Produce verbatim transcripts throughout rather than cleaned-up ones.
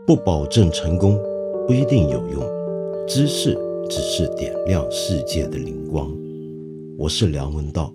不保证成功，不一定有用。知识只是点亮世界的灵光。我是梁文道。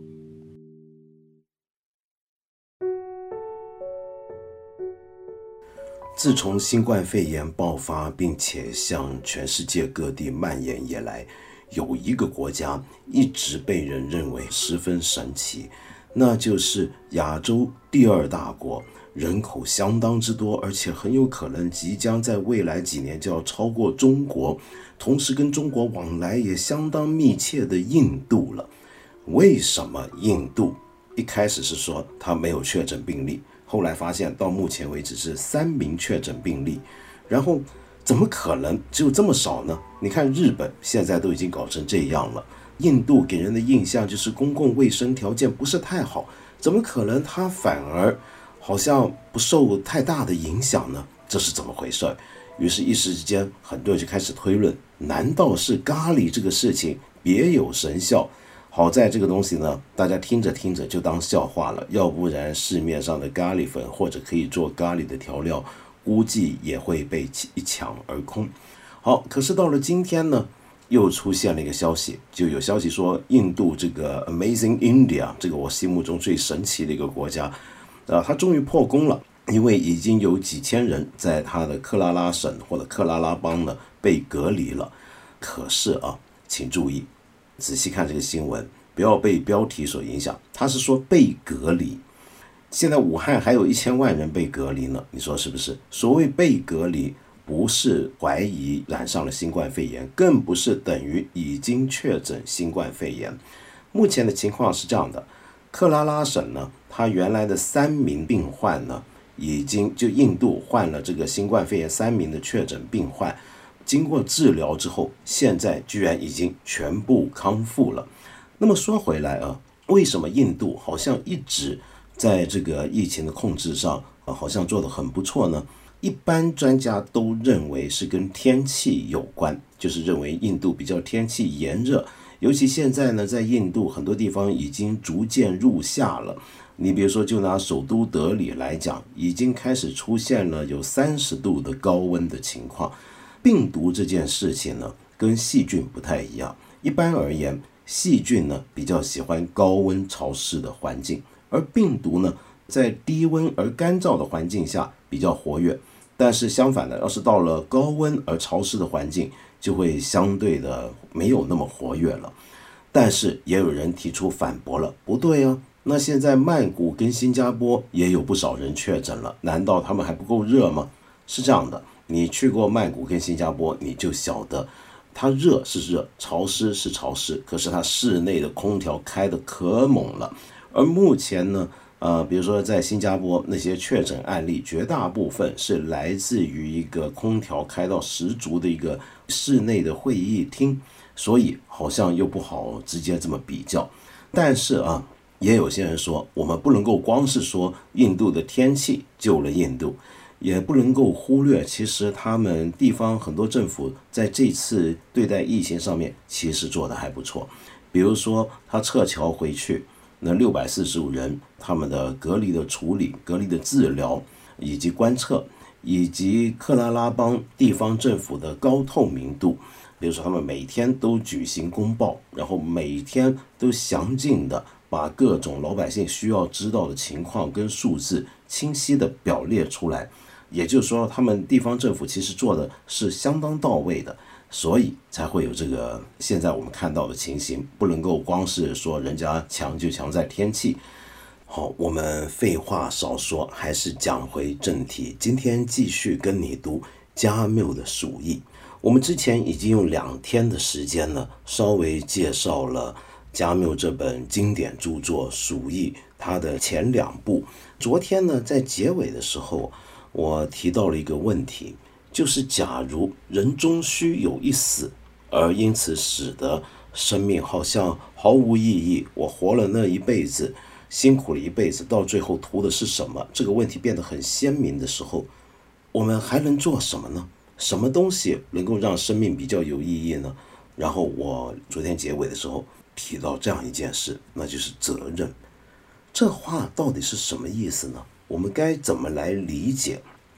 自从新冠肺炎爆发并且向全世界各地蔓延以来，有一个国家一直被人认为十分神奇，那就是亚洲第二大国，人口相当之多，而且很有可能即将在未来几年就要超过中国，同时跟中国往来也相当密切的印度了。为什么印度？一开始是说它没有确诊病例，后来发现到目前为止是三名确诊病例，然后怎么可能只有这么少呢？你看日本现在都已经搞成这样了，印度给人的印象就是公共卫生条件不是太好，怎么可能它反而好像不受太大的影响呢？这是怎么回事？于是一时之间很多人就开始推论，难道是咖喱这个事情别有神效？好在这个东西呢，大家听着听着就当笑话了，要不然市面上的咖喱粉或者可以做咖喱的调料，估计也会被一抢而空。好，可是到了今天呢，又出现了一个消息，就有消息说印度这个 Amazing India， 这个我心目中最神奇的一个国家，呃，它终于破功了，因为已经有几千人在它的克拉拉省或者克拉拉邦呢被隔离了。可是啊，请注意，仔细看这个新闻，不要被标题所影响。他是说被隔离，现在武汉还有一千万人被隔离呢，你说是不是？所谓被隔离，不是怀疑染上了新冠肺炎，更不是等于已经确诊新冠肺炎。目前的情况是这样的，克拉拉省呢，它原来的三名病患呢，已经就印度患了这个新冠肺炎三名的确诊病患。经过治疗之后，现在居然已经全部康复了。那么说回来啊，为什么印度好像一直在这个疫情的控制上，啊、好像做得很不错呢？一般专家都认为是跟天气有关，就是认为印度比较天气炎热，尤其现在呢，在印度很多地方已经逐渐入夏了。你比如说，就拿首都德里来讲，已经开始出现了有三十度的高温的情况。病毒这件事情呢，跟细菌不太一样。一般而言，细菌呢比较喜欢高温潮湿的环境，而病毒呢在低温而干燥的环境下比较活跃。但是相反的，要是到了高温而潮湿的环境，就会相对的没有那么活跃了。但是也有人提出反驳了，不对啊，那现在曼谷跟新加坡也有不少人确诊了，难道他们还不够热吗？是这样的，你去过曼谷跟新加坡，你就晓得，它热是热，潮湿是潮湿，可是它室内的空调开得可猛了。而目前呢，呃，比如说在新加坡那些确诊案例，绝大部分是来自于一个空调开到十足的一个室内的会议厅，所以好像又不好直接这么比较。但是啊，也有些人说，我们不能够光是说印度的天气救了印度，也不能够忽略，其实他们地方很多政府在这次对待疫情上面其实做得还不错。比如说他撤侨回去那六百四十五人，他们的隔离的处理、隔离的治疗以及观测，以及克拉拉邦地方政府的高透明度，比如说他们每天都举行公报，然后每天都详尽的把各种老百姓需要知道的情况跟数字清晰的表列出来。也就是说，他们地方政府其实做的是相当到位的，所以才会有这个现在我们看到的情形，不能够光是说人家强就强在天气。好，我们废话少说，还是讲回正题。今天继续跟你读加缪的《鼠疫》。我们之前已经用两天的时间呢，稍微介绍了加缪这本经典著作《鼠疫》它的前两部。昨天呢，在结尾的时候，我提到了一个问题，就是假如人终须有一死，而因此使得生命好像毫无意义，我活了那一辈子，辛苦了一辈子，到最后图的是什么？这个问题变得很鲜明的时候，我们还能做什么呢？什么东西能够让生命比较有意义呢？然后我昨天结尾的时候提到这样一件事，那就是责任。这话到底是什么意思呢？我们该怎么来理解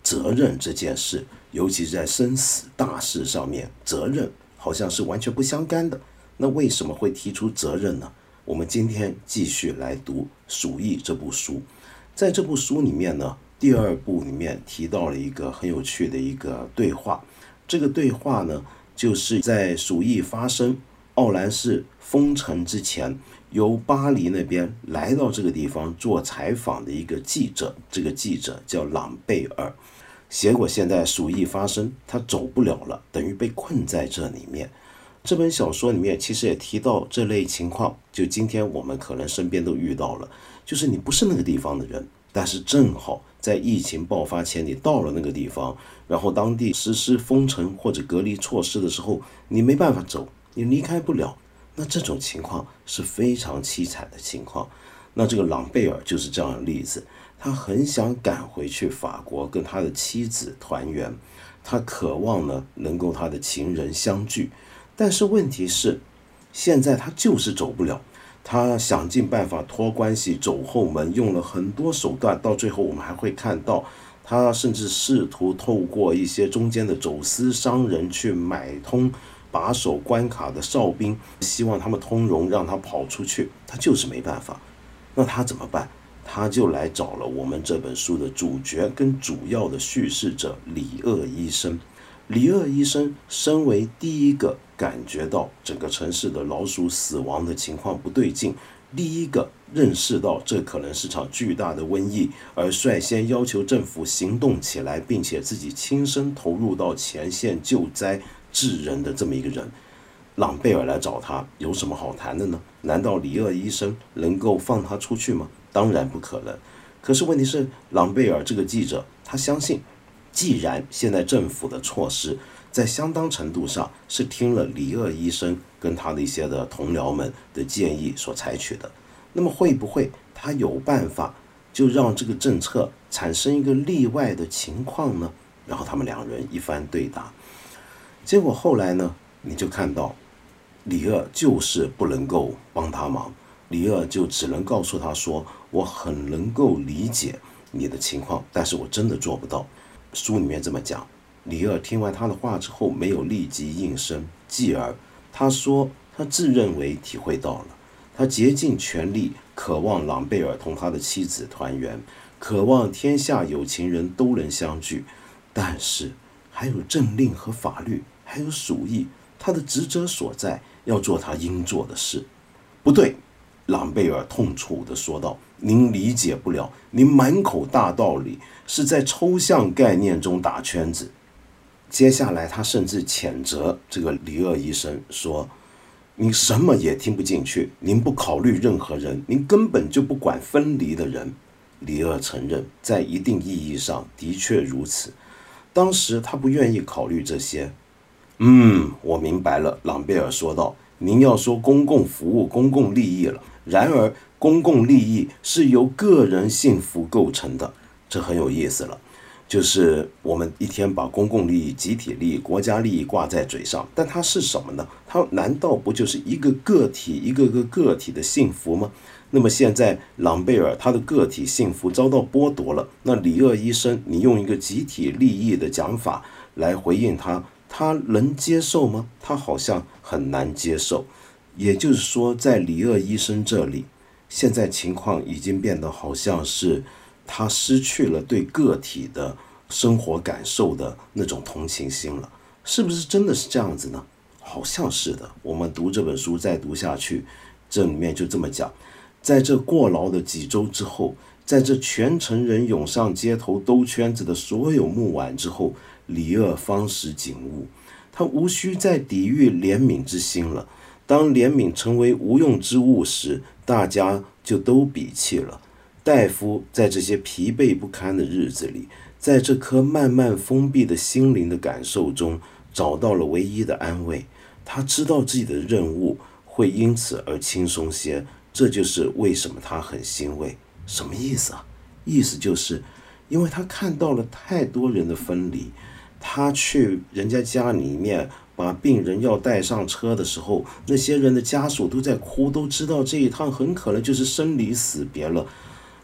责任这件事，尤其是在生死大事上面，责任好像是完全不相干的。那为什么会提出责任呢？我们今天继续来读《鼠疫》这部书。在这部书里面呢，第二部里面提到了一个很有趣的一个对话。这个对话呢，就是在鼠疫发生、奥兰市封城之前，由巴黎那边来到这个地方做采访的一个记者，这个记者叫朗贝尔。结果现在鼠疫发生，他走不了了，等于被困在这里面。这本小说里面其实也提到这类情况，就今天我们可能身边都遇到了，就是你不是那个地方的人，但是正好在疫情爆发前你到了那个地方，然后当地实施封城或者隔离措施的时候，你没办法走，你离开不了。那这种情况是非常凄惨的情况。那这个朗贝尔就是这样的例子，他很想赶回去法国跟他的妻子团圆，他渴望呢能够他的情人相聚，但是问题是现在他就是走不了。他想尽办法托关系走后门，用了很多手段，到最后我们还会看到他甚至试图透过一些中间的走私商人去买通把守关卡的哨兵，希望他们通融让他跑出去，他就是没办法。那他怎么办？他就来找了我们这本书的主角跟主要的叙事者李鄂医生。李鄂医生身为第一个感觉到整个城市的老鼠死亡的情况不对劲，第一个认识到这可能是场巨大的瘟疫，而率先要求政府行动起来，并且自己亲身投入到前线救灾治人的这么一个人。朗贝尔来找他有什么好谈的呢？难道李鄂医生能够放他出去吗？当然不可能。可是问题是，朗贝尔这个记者他相信，既然现在政府的措施在相当程度上是听了李鄂医生跟他的一些的同僚们的建议所采取的，那么会不会他有办法就让这个政策产生一个例外的情况呢？然后他们两人一番对答，结果后来呢，你就看到李鄂就是不能够帮他忙，李鄂就只能告诉他说，我很能够理解你的情况，但是我真的做不到。书里面这么讲。李鄂听完他的话之后没有立即应声，继而他说他自认为体会到了，他竭尽全力渴望朗贝尔同他的妻子团圆，渴望天下有情人都能相聚，但是还有政令和法律，还有鼠疫，他的职责所在，要做他应做的事。不对，朗贝尔痛楚地说道，您理解不了，您满口大道理，是在抽象概念中打圈子。接下来他甚至谴责这个李鄂医生说，您什么也听不进去，您不考虑任何人，您根本就不管分离的人。李鄂承认，在一定意义上的确如此，当时他不愿意考虑这些。嗯，我明白了，朗贝尔说道，您要说公共服务、公共利益了，然而公共利益是由个人幸福构成的，这很有意思了。就是我们一天把公共利益、集体利益、国家利益挂在嘴上，但它是什么呢？它难道不就是一个个体、一个个个体的幸福吗？那么现在朗贝尔他的个体幸福遭到剥夺了，那李鄂医生，你用一个集体利益的讲法来回应他，他能接受吗？他好像很难接受。也就是说，在李鄂医生这里，现在情况已经变得好像是他失去了对个体的生活感受的那种同情心了，是不是真的是这样子呢？好像是的。我们读这本书再读下去，这里面就这么讲，在这过劳的几周之后，在这全城人涌上街头兜圈子的所有幕晚之后，李鄂方始警悟，他无需再抵御怜悯之心了。当怜悯成为无用之物时，大家就都鄙弃了。大夫在这些疲惫不堪的日子里，在这颗慢慢封闭的心灵的感受中，找到了唯一的安慰。他知道自己的任务会因此而轻松些，这就是为什么他很欣慰。什么意思啊？意思就是因为他看到了太多人的分离，他去人家家里面把病人要带上车的时候，那些人的家属都在哭，都知道这一趟很可能就是生离死别了。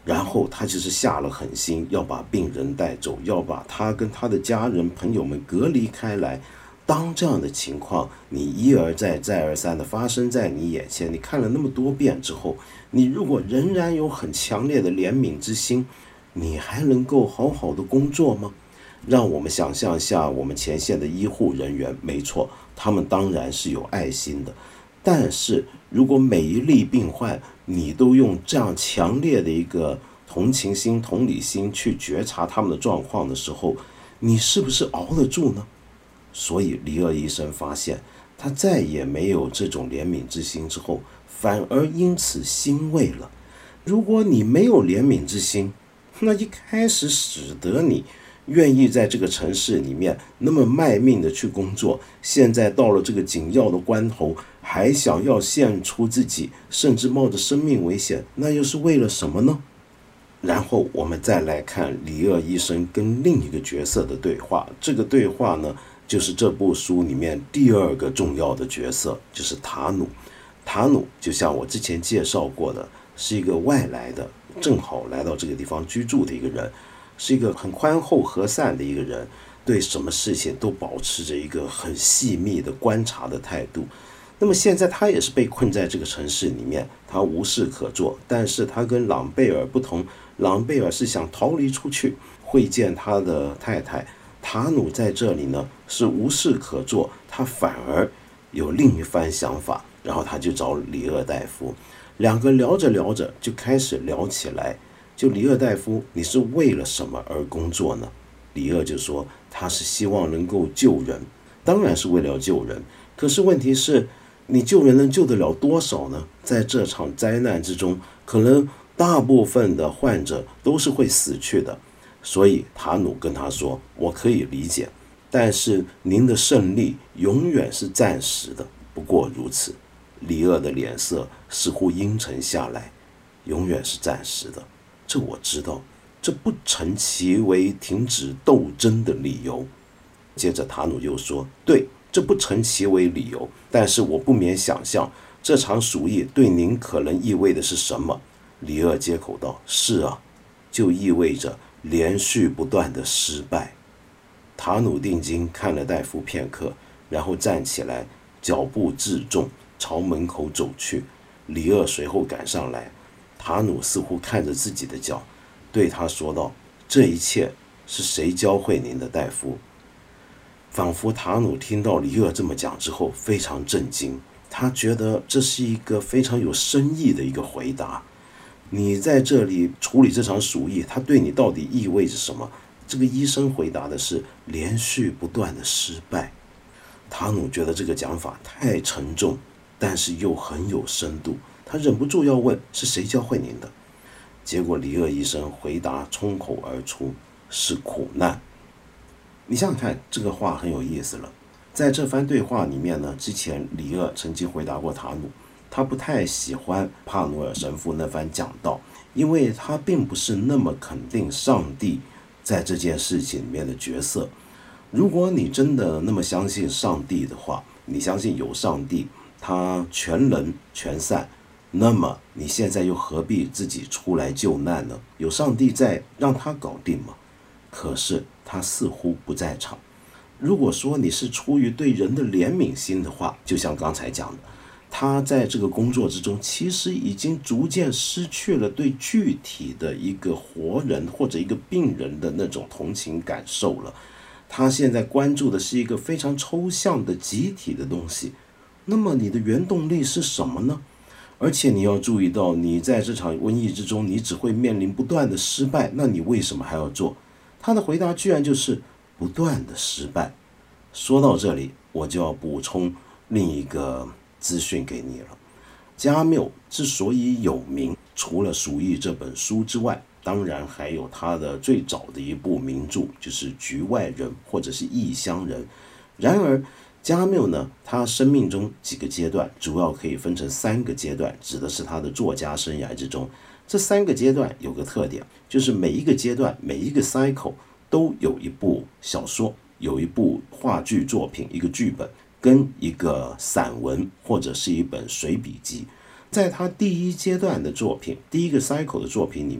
然后他就是下了狠心要把病人带走，要把他跟他的家人朋友们隔离开来。当这样的情况你一而再再而三的发生在你眼前，你看了那么多遍之后，你如果仍然有很强烈的怜悯之心，你还能够好好的工作吗？让我们想象一下我们前线的医护人员，没错，他们当然是有爱心的，但是如果每一例病患你都用这样强烈的一个同情心同理心去觉察他们的状况的时候，你是不是熬得住呢？所以李鄂医生发现他再也没有这种怜悯之心之后，反而因此欣慰了。如果你没有怜悯之心，那一开始使得你愿意在这个城市里面那么卖命的去工作，现在到了这个紧要的关头还想要献出自己，甚至冒着生命危险，那又是为了什么呢？然后我们再来看李鄂医生跟另一个角色的对话，这个对话呢，就是这部书里面第二个重要的角色，就是塔努。塔努就像我之前介绍过的，是一个外来的，正好来到这个地方居住的一个人，是一个很宽厚和善的一个人，对什么事情都保持着一个很细密的观察的态度。那么现在他也是被困在这个城市里面，他无事可做，但是他跟朗贝尔不同，朗贝尔是想逃离出去会见他的太太，塔努在这里呢是无事可做，他反而有另一番想法，然后他就找李鄂大夫，两个聊着聊着就开始聊起来。就李鄂大夫，你是为了什么而工作呢？李鄂就说他是希望能够救人，当然是为了救人，可是问题是你救人能救得了多少呢？在这场灾难之中，可能大部分的患者都是会死去的。所以塔努跟他说，我可以理解，但是您的胜利永远是暂时的，不过如此。李鄂的脸色似乎阴沉下来，永远是暂时的，这我知道，这不成其为停止斗争的理由。接着塔努又说，对，这不成其为理由，但是我不免想象这场鼠疫对您可能意味的是什么。李鄂接口道，是啊，就意味着连续不断的失败。塔努定睛看了大夫片刻，然后站起来，脚步自重，朝门口走去。李鄂随后赶上来，塔努似乎看着自己的脚，对他说道，这一切是谁教会您的，大夫？仿佛塔努听到李鄂这么讲之后非常震惊，他觉得这是一个非常有深意的一个回答。你在这里处理这场鼠疫，它对你到底意味着什么？这个医生回答的是连续不断的失败。塔努觉得这个讲法太沉重，但是又很有深度，他忍不住要问，是谁教会您的？结果李鄂医生回答冲口而出，是苦难。你想想看，这个话很有意思了。在这番对话里面呢，之前李鄂曾经回答过塔努，他不太喜欢帕努尔神父那番讲道，因为他并不是那么肯定上帝在这件事情里面的角色。如果你真的那么相信上帝的话，你相信有上帝，他全能全善，那么你现在又何必自己出来救难呢？有上帝在，让他搞定嘛。可是他似乎不在场。如果说你是出于对人的怜悯心的话，就像刚才讲的，他在这个工作之中其实已经逐渐失去了对具体的一个活人或者一个病人的那种同情感受了。他现在关注的是一个非常抽象的集体的东西。那么你的原动力是什么呢？而且你要注意到，你在这场瘟疫之中，你只会面临不断的失败，那你为什么还要做？他的回答居然就是不断的失败。说到这里，我就要补充另一个资讯给你了。加缪之所以有名，除了《鼠疫》这本书之外，当然还有他的最早的一部名著，就是《局外人》或者是《异乡人》。然而加缪呢，他生命中几个阶段主要可以分成三个阶段，指的是他的作家生涯之中。这三个阶段有个特点，就是每一个阶段每一个 cycle 都有一部小说，有一部话剧作品，一个剧本跟一个散文或者是一本随笔集。在他第一阶段的作品，第一个 cycle 的作品里面，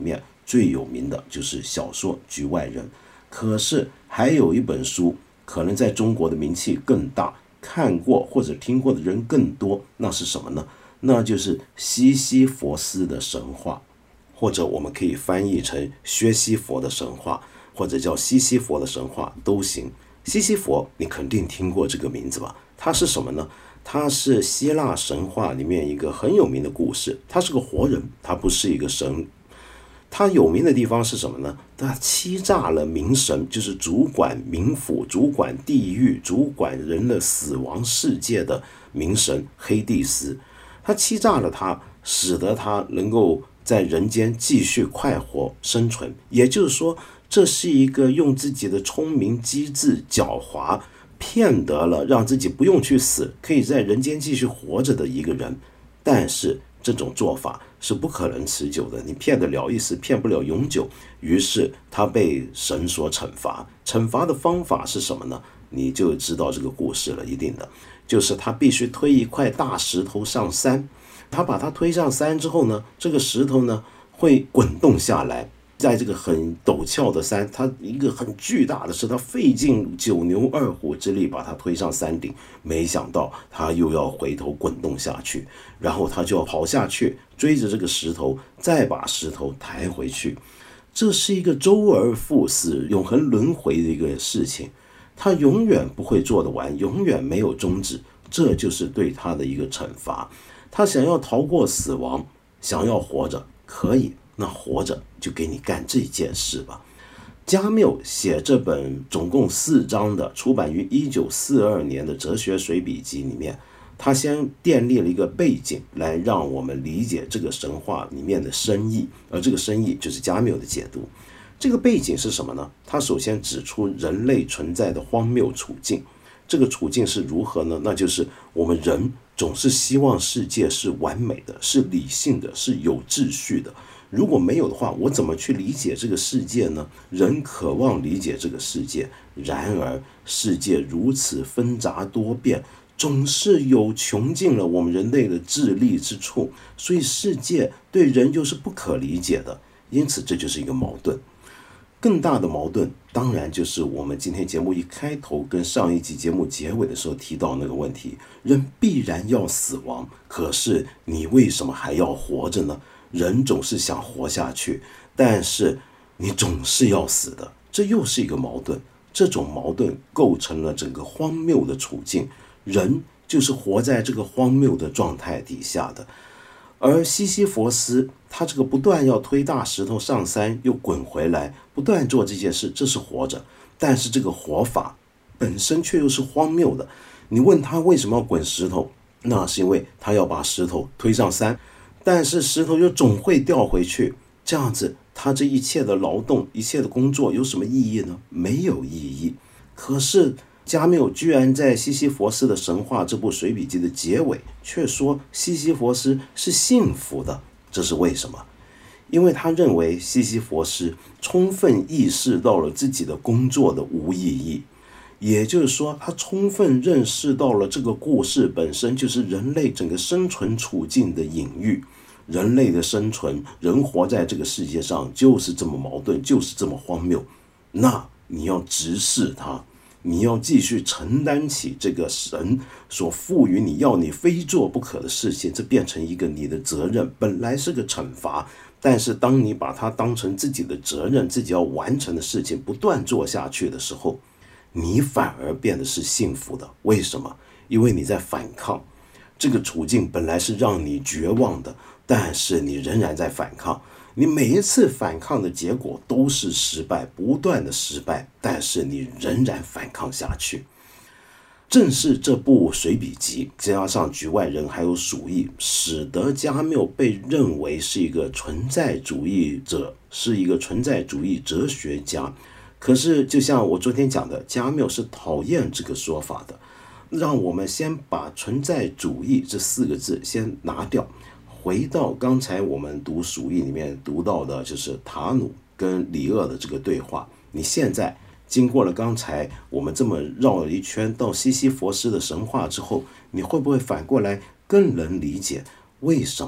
最有名的就是小说《局外人》。可是还有一本书可能在中国的名气更大，看过或者听过的人更多，那是什么呢？那就是西西弗斯的神话，或者我们可以翻译成薛西弗的神话，或者叫西西弗的神话都行。西西弗你肯定听过这个名字吧？他是什么呢？他是希腊神话里面一个很有名的故事，他是个活人，他不是一个神。他有名的地方是什么呢？他欺诈了冥神，就是主管冥府、主管地狱、主管人的死亡世界的冥神黑帝斯。他欺诈了他，使得他能够在人间继续快活生存。也就是说，这是一个用自己的聪明、机智、狡猾，骗得了让自己不用去死，可以在人间继续活着的一个人。但是这种做法是不可能持久的，你骗得了一时，骗不了永久。于是他被神所惩罚，惩罚的方法是什么呢？你就知道这个故事了，一定的，就是他必须推一块大石头上山。他把它推上山之后呢，这个石头呢会滚动下来，在这个很陡峭的山，他一个很巨大的石头，费尽九牛二虎之力把它推上山顶，没想到他又要回头滚动下去，然后他就要跑下去追着这个石头，再把石头抬回去。这是一个周而复始、永恒轮回的一个事情，他永远不会做得完，永远没有终止。这就是对他的一个惩罚。他想要逃过死亡，想要活着，可以，那活着就给你干这件事吧。加缪写这本总共四章的，出版于一九四二年的哲学随笔集里面，他先奠定了一个背景，来让我们理解这个神话里面的深意，而这个深意就是加缪的解读。这个背景是什么呢？他首先指出人类存在的荒谬处境。这个处境是如何呢？那就是我们人总是希望世界是完美的，是理性的，是有秩序的。如果没有的话，我怎么去理解这个世界呢？人渴望理解这个世界，然而世界如此纷杂多变，总是有穷尽了我们人类的智力之处，所以世界对人又是不可理解的，因此这就是一个矛盾。更大的矛盾当然就是我们今天节目一开头跟上一集节目结尾的时候提到那个问题，人必然要死亡，可是你为什么还要活着呢？人总是想活下去，但是你总是要死的，这又是一个矛盾。这种矛盾构成了整个荒谬的处境，人就是活在这个荒谬的状态底下的。而西西弗斯他这个不断要推大石头上山又滚回来，不断做这件事，这是活着，但是这个活法本身却又是荒谬的。你问他为什么要滚石头，那是因为他要把石头推上山，但是石头又总会掉回去，这样子他这一切的劳动，一切的工作有什么意义呢？没有意义。可是加缪居然在西西弗斯的神话这部随笔集的结尾却说西西弗斯是幸福的，这是为什么？因为他认为西西弗斯充分意识到了自己的工作的无意义，也就是说他充分认识到了这个故事本身就是人类整个生存处境的隐喻。人类的生存，人活在这个世界上就是这么矛盾，就是这么荒谬。那你要直视它，你要继续承担起这个神所赋予你要你非做不可的事情，这变成一个你的责任，本来是个惩罚，但是当你把它当成自己的责任，自己要完成的事情不断做下去的时候，你反而变得是幸福的。为什么？因为你在反抗，这个处境本来是让你绝望的，但是你仍然在反抗，你每一次反抗的结果都是失败，不断的失败，但是你仍然反抗下去。正是这部随笔集加上局外人还有鼠疫，使得加缪被认为是一个存在主义者，是一个存在主义哲学家。可是就像我昨天讲的，加缪是讨厌这个说法的。让我们先把存在主义这四个字先拿掉，回到刚才我们读鼠疫里面读到的就是塔努跟里厄的这个对话。你现在经过了刚才我们这么绕了一圈到西西弗斯的神话之后，你会不会反过来更能理解为什么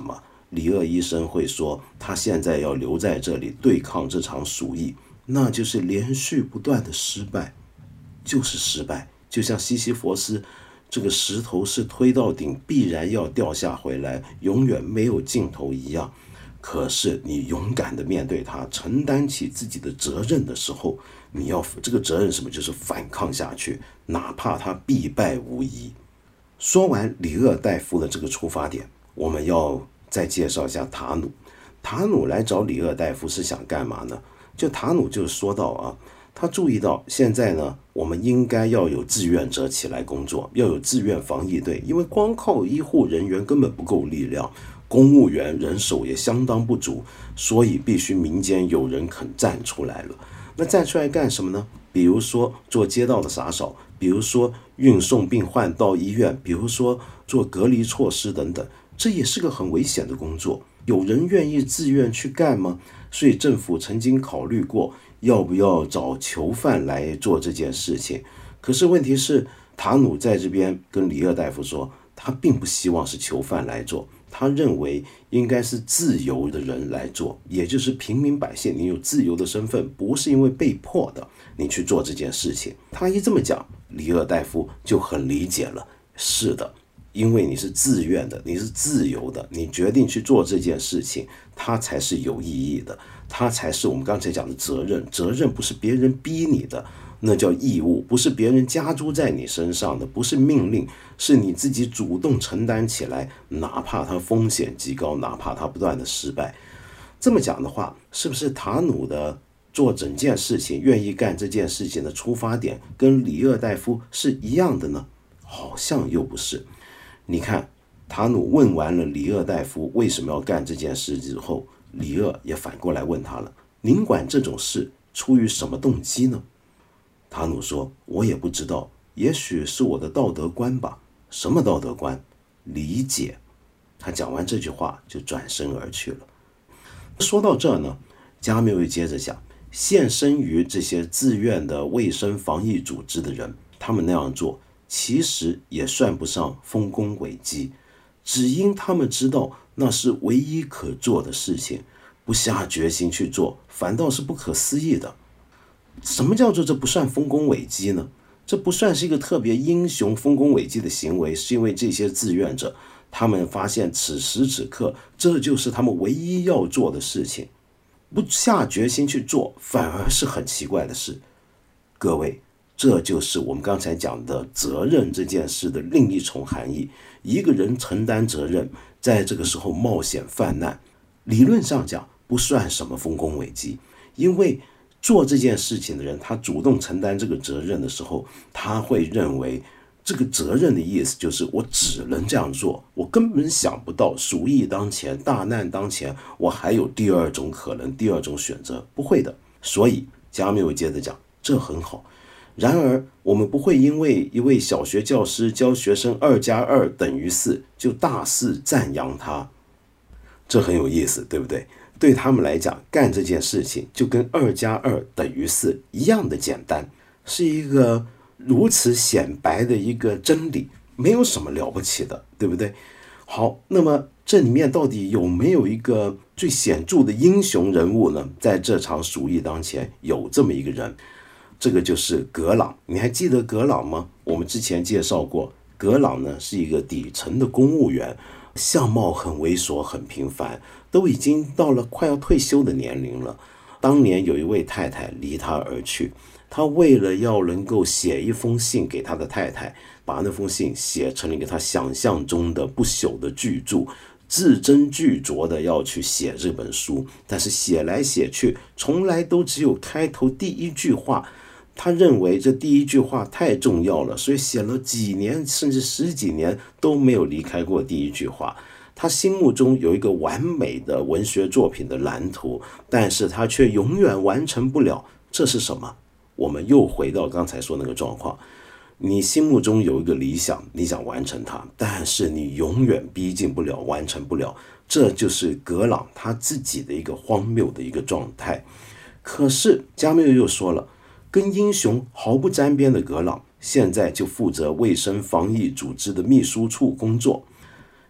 李鄂医生会说他现在要留在这里对抗这场鼠疫，那就是连续不断的失败，就是失败。就像西西弗斯这个石头是推到顶必然要掉下回来，永远没有尽头一样。可是你勇敢的面对它，承担起自己的责任的时候，你要这个责任什么？就是反抗下去，哪怕他必败无疑。说完李鄂大夫的这个出发点，我们要再介绍一下塔努。塔努来找李鄂大夫是想干嘛呢？就塔努就说到啊，他注意到现在呢，我们应该要有志愿者起来工作，要有志愿防疫队，因为光靠医护人员根本不够力量，公务员人手也相当不足，所以必须民间有人肯站出来了。那站出来干什么呢？比如说做街道的洒扫，比如说运送病患到医院，比如说做隔离措施等等，这也是个很危险的工作。有人愿意自愿去干吗？所以政府曾经考虑过要不要找囚犯来做这件事情。可是问题是，塔努在这边跟李鄂大夫说，他并不希望是囚犯来做，他认为应该是自由的人来做，也就是平民百姓，你有自由的身份，不是因为被迫的你去做这件事情。他一这么讲，李鄂大夫就很理解了，是的，因为你是自愿的，你是自由的，你决定去做这件事情，它才是有意义的，它才是我们刚才讲的责任。责任不是别人逼你的，那叫义务，不是别人加诸在你身上的，不是命令，是你自己主动承担起来，哪怕它风险极高，哪怕它不断的失败。这么讲的话，是不是塔努的做整件事情，愿意干这件事情的出发点跟李鄂大夫是一样的呢？好像又不是。你看，塔努问完了李鄂大夫为什么要干这件事之后，李鄂也反过来问他了，您管这种事出于什么动机呢？塔努说，我也不知道，也许是我的道德观吧。什么道德观？理解。他讲完这句话就转身而去了。说到这呢，加缪又接着讲，献身于这些自愿的卫生防疫组织的人，他们那样做其实也算不上丰功伟绩，只因他们知道那是唯一可做的事情，不下决心去做，反倒是不可思议的。什么叫做这不算丰功伟绩呢？这不算是一个特别英雄丰功伟绩的行为，是因为这些志愿者他们发现此时此刻这就是他们唯一要做的事情，不下决心去做反而是很奇怪的事。各位，这就是我们刚才讲的责任这件事的另一重含义。一个人承担责任，在这个时候冒险犯难，理论上讲不算什么丰功伟绩，因为做这件事情的人，他主动承担这个责任的时候，他会认为这个责任的意思就是我只能这样做，我根本想不到鼠疫当前，大难当前，我还有第二种可能，第二种选择，不会的。所以加缪接着讲，这很好。然而我们不会因为一位小学教师教学生二加二等于四就大肆赞扬他，这很有意思，对不对？对他们来讲，干这件事情就跟二加二等于四一样的简单，是一个如此显白的一个真理，没有什么了不起的，对不对？好，那么这里面到底有没有一个最显著的英雄人物呢？在这场鼠疫当前，有这么一个人，这个就是格朗。你还记得格朗吗？我们之前介绍过，格朗呢是一个底层的公务员，相貌很猥琐，很平凡，都已经到了快要退休的年龄了。当年有一位太太离他而去，他为了要能够写一封信给他的太太，把那封信写成了一个他想象中的不朽的巨著，字斟句酌的要去写这本书，但是写来写去从来都只有开头第一句话，他认为这第一句话太重要了，所以写了几年甚至十几年都没有离开过第一句话。他心目中有一个完美的文学作品的蓝图，但是他却永远完成不了。这是什么？我们又回到刚才说那个状况，你心目中有一个理想，你想完成它，但是你永远逼近不了，完成不了。这就是格朗他自己的一个荒谬的一个状态。可是加缪又说了，跟英雄毫不沾边的格朗，现在就负责卫生防疫组织的秘书处工作。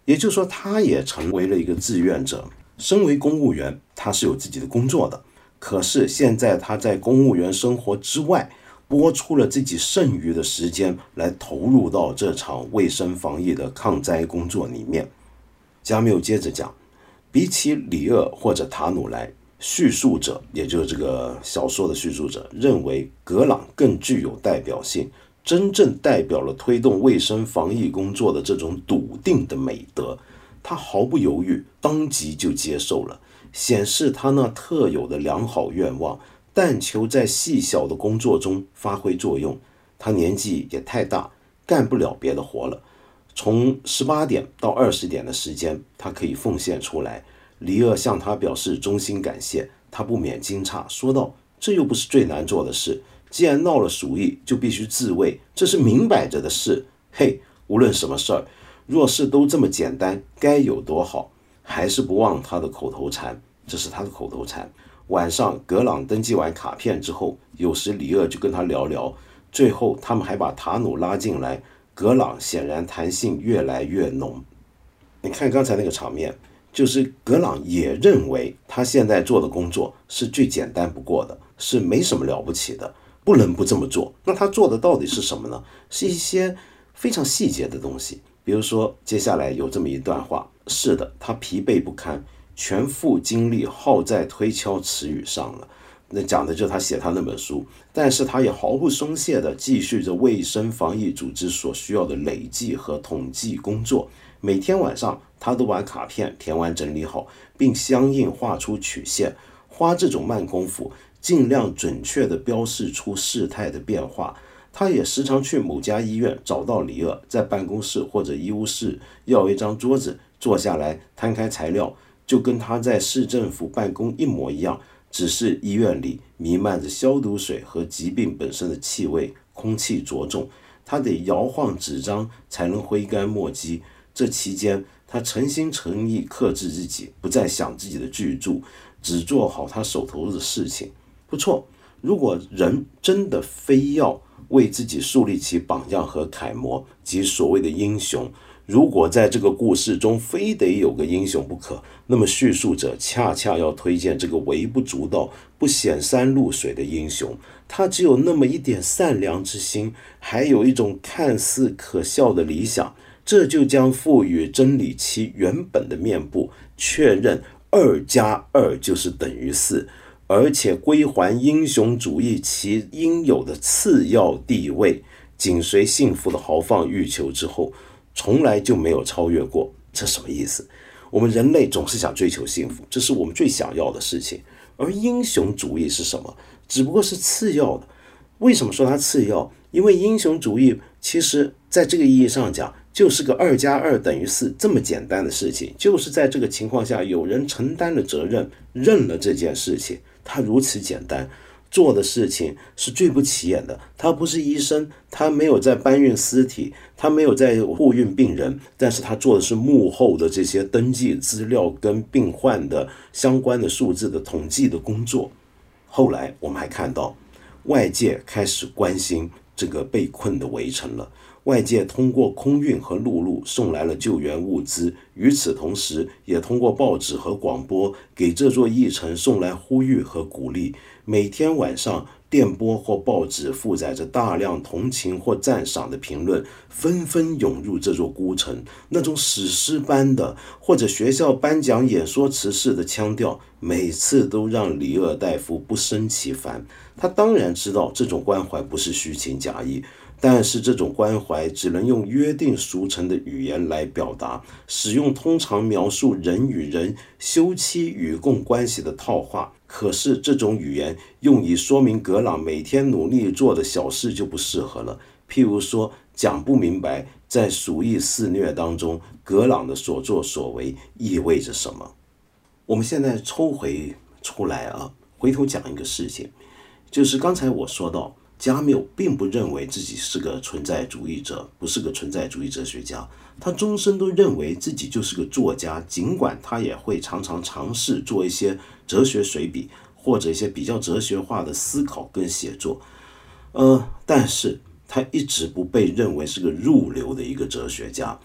也就是说，他也成为了一个志愿者。身为公务员，他是有自己的工作的，可是现在他在公务员生活之外，拨出了自己剩余的时间来投入到这场卫生防疫的抗灾工作里面。加缪接着讲，比起里厄或者塔努莱，叙述者，也就是这个小说的叙述者，认为格朗更具有代表性，真正代表了推动卫生防疫工作的这种笃定的美德。他毫不犹豫，当即就接受了，显示他那特有的良好愿望，但求在细小的工作中发挥作用。他年纪也太大，干不了别的活了。从十八点到二十点的时间，他可以奉献出来。里厄向他表示衷心感谢，他不免惊诧，说道：“这又不是最难做的事，既然闹了鼠疫，就必须自卫，这是明摆着的事。嘿，无论什么事儿，若是都这么简单，该有多好！”还是不忘他的口头禅，这是他的口头禅。晚上，格朗登记完卡片之后，有时里厄就跟他聊聊，最后他们还把塔努拉进来。格朗显然谈性越来越浓。你看刚才那个场面，就是格朗也认为他现在做的工作是最简单不过的，是没什么了不起的，不能不这么做。那他做的到底是什么呢？是一些非常细节的东西。比如说接下来有这么一段话，是的，他疲惫不堪，全副精力耗在推敲词语上了。那讲的就是他写他那本书，但是他也毫不松懈地继续着卫生防疫组织所需要的累计和统计工作。每天晚上他都把卡片填完整理好，并相应画出曲线，花这种慢功夫尽量准确地标示出事态的变化。他也时常去某家医院找到里厄，在办公室或者医务室要一张桌子，坐下来摊开材料，就跟他在市政府办公一模一样，只是医院里弥漫着消毒水和疾病本身的气味，空气浊重，他得摇晃纸张才能挥干墨迹。这期间他诚心诚意克制自己，不再想自己的巨著，只做好他手头的事情。不错，如果人真的非要为自己树立起榜样和楷模及所谓的英雄，如果在这个故事中非得有个英雄不可，那么叙述者恰恰要推荐这个微不足道、不显山露水的英雄。他只有那么一点善良之心，还有一种看似可笑的理想，这就将赋予真理其原本的面部，确认二加二就是等于四，而且归还英雄主义其应有的次要地位，紧随幸福的豪放欲求之后，从来就没有超越过。这什么意思？我们人类总是想追求幸福，这是我们最想要的事情，而英雄主义是什么？只不过是次要的。为什么说它次要？因为英雄主义其实在这个意义上讲，就是个二加二等于四这么简单的事情，就是在这个情况下有人承担了责任，认了这件事情，它如此简单。做的事情是最不起眼的，他不是医生，他没有在搬运尸体，他没有在护运病人，但是他做的是幕后的这些登记资料跟病患的相关的数字的统计的工作。后来我们还看到外界开始关心这个被困的围城了，外界通过空运和陆路送来了救援物资，与此同时也通过报纸和广播给这座疫城送来呼吁和鼓励。每天晚上，电波或报纸负载着大量同情或赞赏的评论，纷纷涌入这座孤城。那种史诗般的或者学校颁奖演说词式的腔调，每次都让里厄大夫不胜其烦。他当然知道这种关怀不是虚情假意，但是这种关怀只能用约定俗成的语言来表达，使用通常描述人与人休戚与共关系的套话。可是这种语言用以说明格朗每天努力做的小事就不适合了。譬如说，讲不明白在鼠疫肆虐当中，格朗的所作所为意味着什么。我们现在抽回出来啊，回头讲一个事情，就是刚才我说到，加缪并不认为自己是个存在主义者，不是个存在主义哲学家，他终身都认为自己就是个作家，尽管他也会常常尝试做一些哲学随笔或者一些比较哲学化的思考跟写作，呃，但是他一直不被认为是个入流的一个哲学家。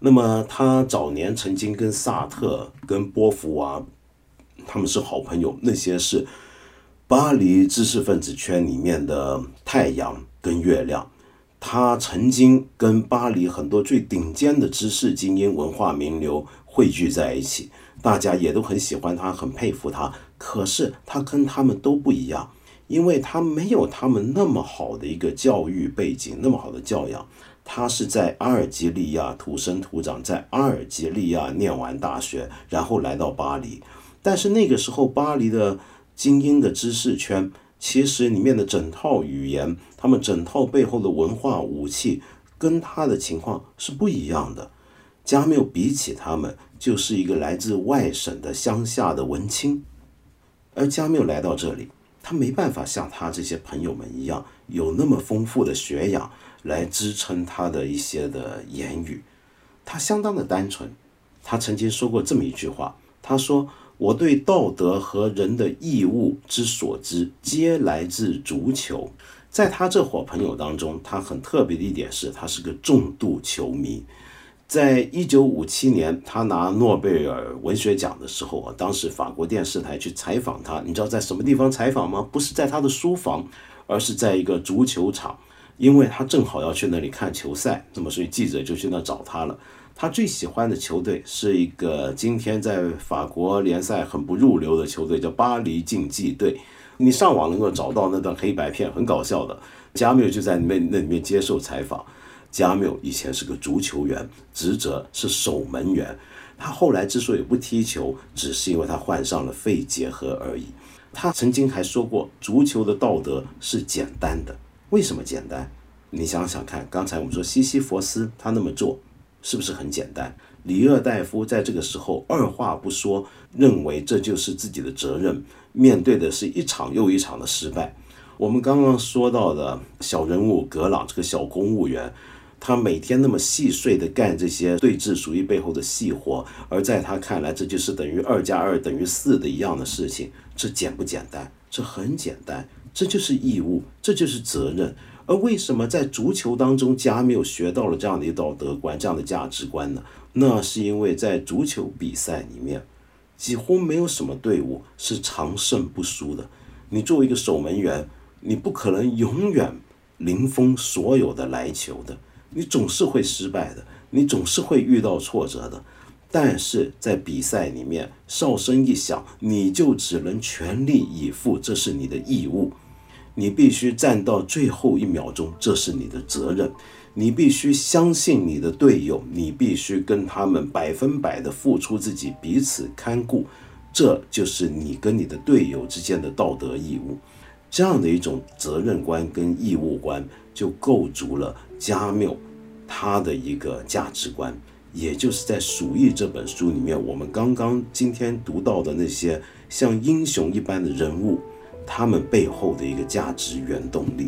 那么他早年曾经跟萨特、跟波伏娃他们是好朋友，那些是巴黎知识分子圈里面的太阳跟月亮。他曾经跟巴黎很多最顶尖的知识精英、文化名流汇聚在一起，大家也都很喜欢他，很佩服他。可是他跟他们都不一样，因为他没有他们那么好的一个教育背景，那么好的教养。他是在阿尔及利亚土生土长，在阿尔及利亚念完大学，然后来到巴黎。但是那个时候巴黎的精英的知识圈，其实里面的整套语言，他们整套背后的文化武器跟他的情况是不一样的。加缪比起他们就是一个来自外省的乡下的文青，而加缪来到这里，他没办法像他这些朋友们一样有那么丰富的学养来支撑他的一些的言语，他相当的单纯。他曾经说过这么一句话，他说，我对道德和人的义务之所知皆来自足球。在他这伙朋友当中，他很特别的一点是，他是个重度球迷。在一九五七年他拿诺贝尔文学奖的时候啊，当时法国电视台去采访他，你知道在什么地方采访吗？不是在他的书房，而是在一个足球场，因为他正好要去那里看球赛，那么所以记者就去那找他了。他最喜欢的球队是一个今天在法国联赛很不入流的球队，叫巴黎竞技队。你上网能够找到那段黑白片，很搞笑的。加缪就在那那里面接受采访。加缪以前是个足球员，职责是守门员。他后来之所以不踢球，只是因为他患上了肺结核而已。他曾经还说过，足球的道德是简单的。为什么简单？你想想看，刚才我们说西西弗斯他那么做是不是很简单？里厄代夫在这个时候二话不说，认为这就是自己的责任，面对的是一场又一场的失败。我们刚刚说到的小人物格朗，这个小公务员，他每天那么细碎的干这些对峙主义背后的细活，而在他看来，这就是等于二加二等于四的一样的事情。这简不简单？这很简单，这就是义务，这就是责任。而为什么在足球当中加缪学到了这样的一道德观，这样的价值观呢？那是因为在足球比赛里面，几乎没有什么队伍是长胜不输的。你作为一个守门员，你不可能永远零封所有的来球的，你总是会失败的，你总是会遇到挫折的。但是在比赛里面，哨声一响，你就只能全力以赴，这是你的义务。你必须站到最后一秒钟，这是你的责任。你必须相信你的队友，你必须跟他们百分百的付出自己，彼此看顾，这就是你跟你的队友之间的道德义务。这样的一种责任观跟义务观，就构筑了加缪他的一个价值观，也就是在《鼠疫》这本书里面，我们刚刚今天读到的那些像英雄一般的人物，他们背后的一个价值原动力。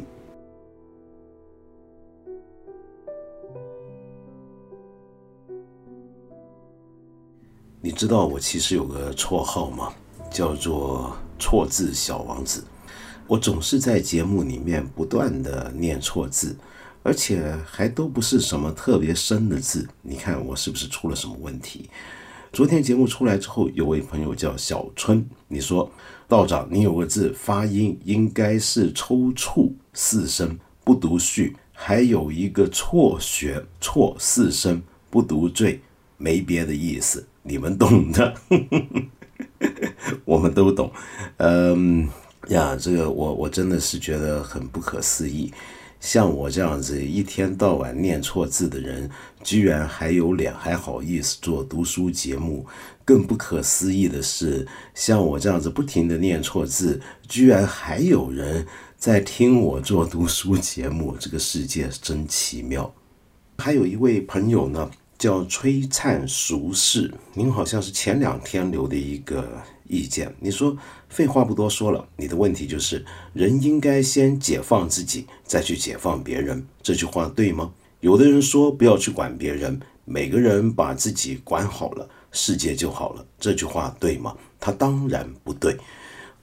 你知道我其实有个绰号吗？叫做错字小王子。我总是在节目里面不断的念错字，而且还都不是什么特别深的字。你看我是不是出了什么问题？昨天节目出来之后，有位朋友叫小春，你说道长，你有个字发音应该是抽搐四声不读序，还有一个辍学错四声不读缀，没别的意思，你们懂的。我们都懂。嗯呀，这个我我真的是觉得很不可思议。像我这样子一天到晚念错字的人，居然还有脸还好意思做读书节目。更不可思议的是，像我这样子不停的念错字，居然还有人在听我做读书节目，这个世界真奇妙。还有一位朋友呢，叫璀璨俗世，您好像是前两天留的一个意见，你说废话不多说了，你的问题就是人应该先解放自己，再去解放别人，这句话对吗？有的人说不要去管别人，每个人把自己管好了，世界就好了，这句话对吗？它当然不对。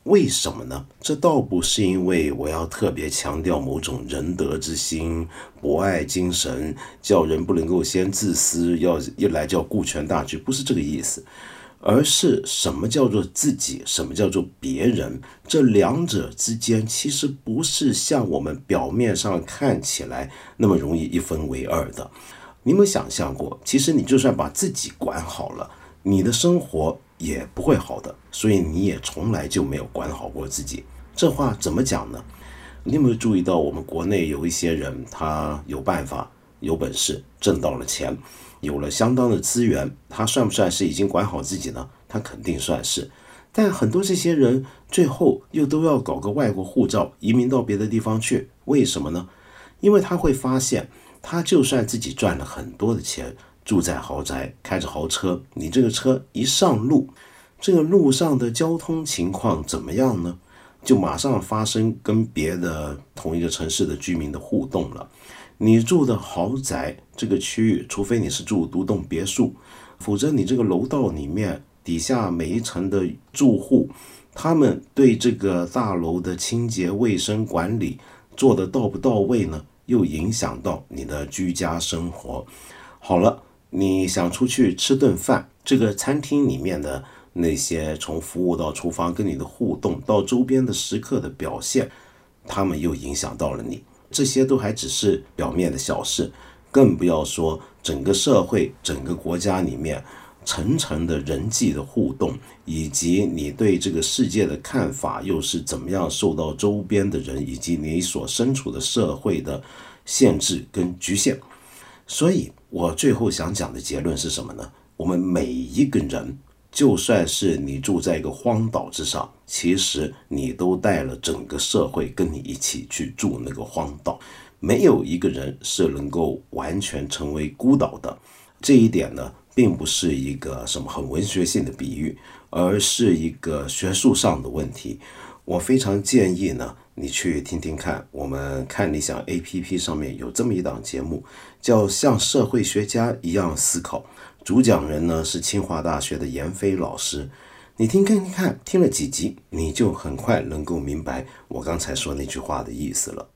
为什么呢？这倒不是因为我要特别强调某种仁德之心、博爱精神，叫人不能够先自私，要一来叫顾全大局，不是这个意思。而是什么叫做自己，什么叫做别人，这两者之间其实不是像我们表面上看起来那么容易一分为二的。你有没有想象过，其实你就算把自己管好了，你的生活也不会好的，所以你也从来就没有管好过自己。这话怎么讲呢？你有没有注意到我们国内有一些人，他有办法有本事挣到了钱，有了相当的资源，他算不算是已经管好自己呢？他肯定算是。但很多这些人最后又都要搞个外国护照，移民到别的地方去，为什么呢？因为他会发现，他就算自己赚了很多的钱，住在豪宅，开着豪车，你这个车一上路，这个路上的交通情况怎么样呢？就马上发生跟别的同一个城市的居民的互动了。你住的豪宅这个区域，除非你是住独栋别墅，否则你这个楼道里面底下每一层的住户，他们对这个大楼的清洁卫生管理做得到不到位呢？又影响到你的居家生活。好了，你想出去吃顿饭，这个餐厅里面的那些从服务到厨房跟你的互动，到周边的食客的表现，他们又影响到了你。这些都还只是表面的小事，更不要说整个社会、整个国家里面层层的人际的互动，以及你对这个世界的看法又是怎么样受到周边的人以及你所身处的社会的限制跟局限。所以我最后想讲的结论是什么呢？我们每一个人，就算是你住在一个荒岛之上，其实你都带了整个社会跟你一起去住那个荒岛，没有一个人是能够完全成为孤岛的。这一点呢，并不是一个什么很文学性的比喻，而是一个学术上的问题。我非常建议呢，你去听听看，我们看理想 A P P 上面有这么一档节目，叫像社会学家一样思考，主讲人呢是清华大学的闫飞老师。你听听看，听了几集，你就很快能够明白我刚才说那句话的意思了。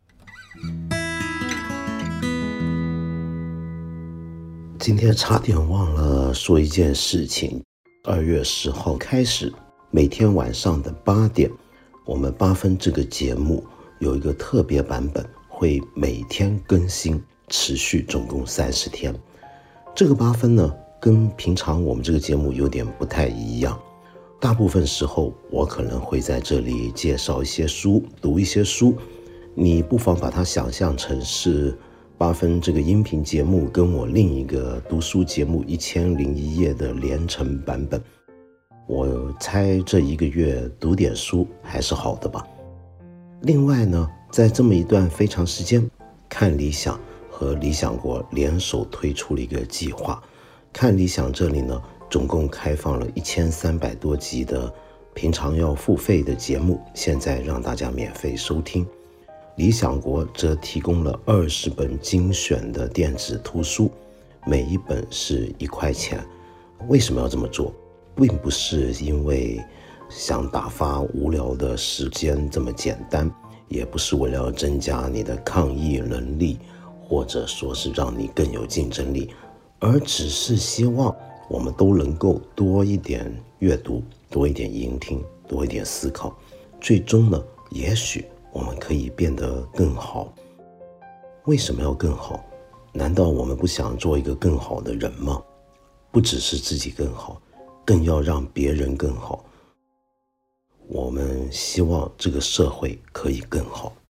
今天差点忘了说一件事情，二月十号开始，每天晚上的八点，我们八分这个节目有一个特别版本，会每天更新，持续总共三十天。这个八分呢，跟平常我们这个节目有点不太一样。大部分时候我可能会在这里介绍一些书，读一些书，你不妨把它想象成是八分这个音频节目跟我另一个读书节目一千零一夜的连成版本。我猜这一个月读点书还是好的吧。另外呢，在这么一段非常时间，看理想和理想国联手推出了一个计划。看理想这里呢，总共开放了一千三百多集的平常要付费的节目，现在让大家免费收听。理想国则提供了二十本精选的电子图书，每一本是一块钱。为什么要这么做？并不是因为想打发无聊的时间这么简单，也不是为了要增加你的抗疫能力，或者说是让你更有竞争力，而只是希望我们都能够多一点阅读，多一点聆听，多一点思考，最终呢，也许我们可以变得更好。为什么要更好？难道我们不想做一个更好的人吗？不只是自己更好，更要让别人更好。我们希望这个社会可以更好。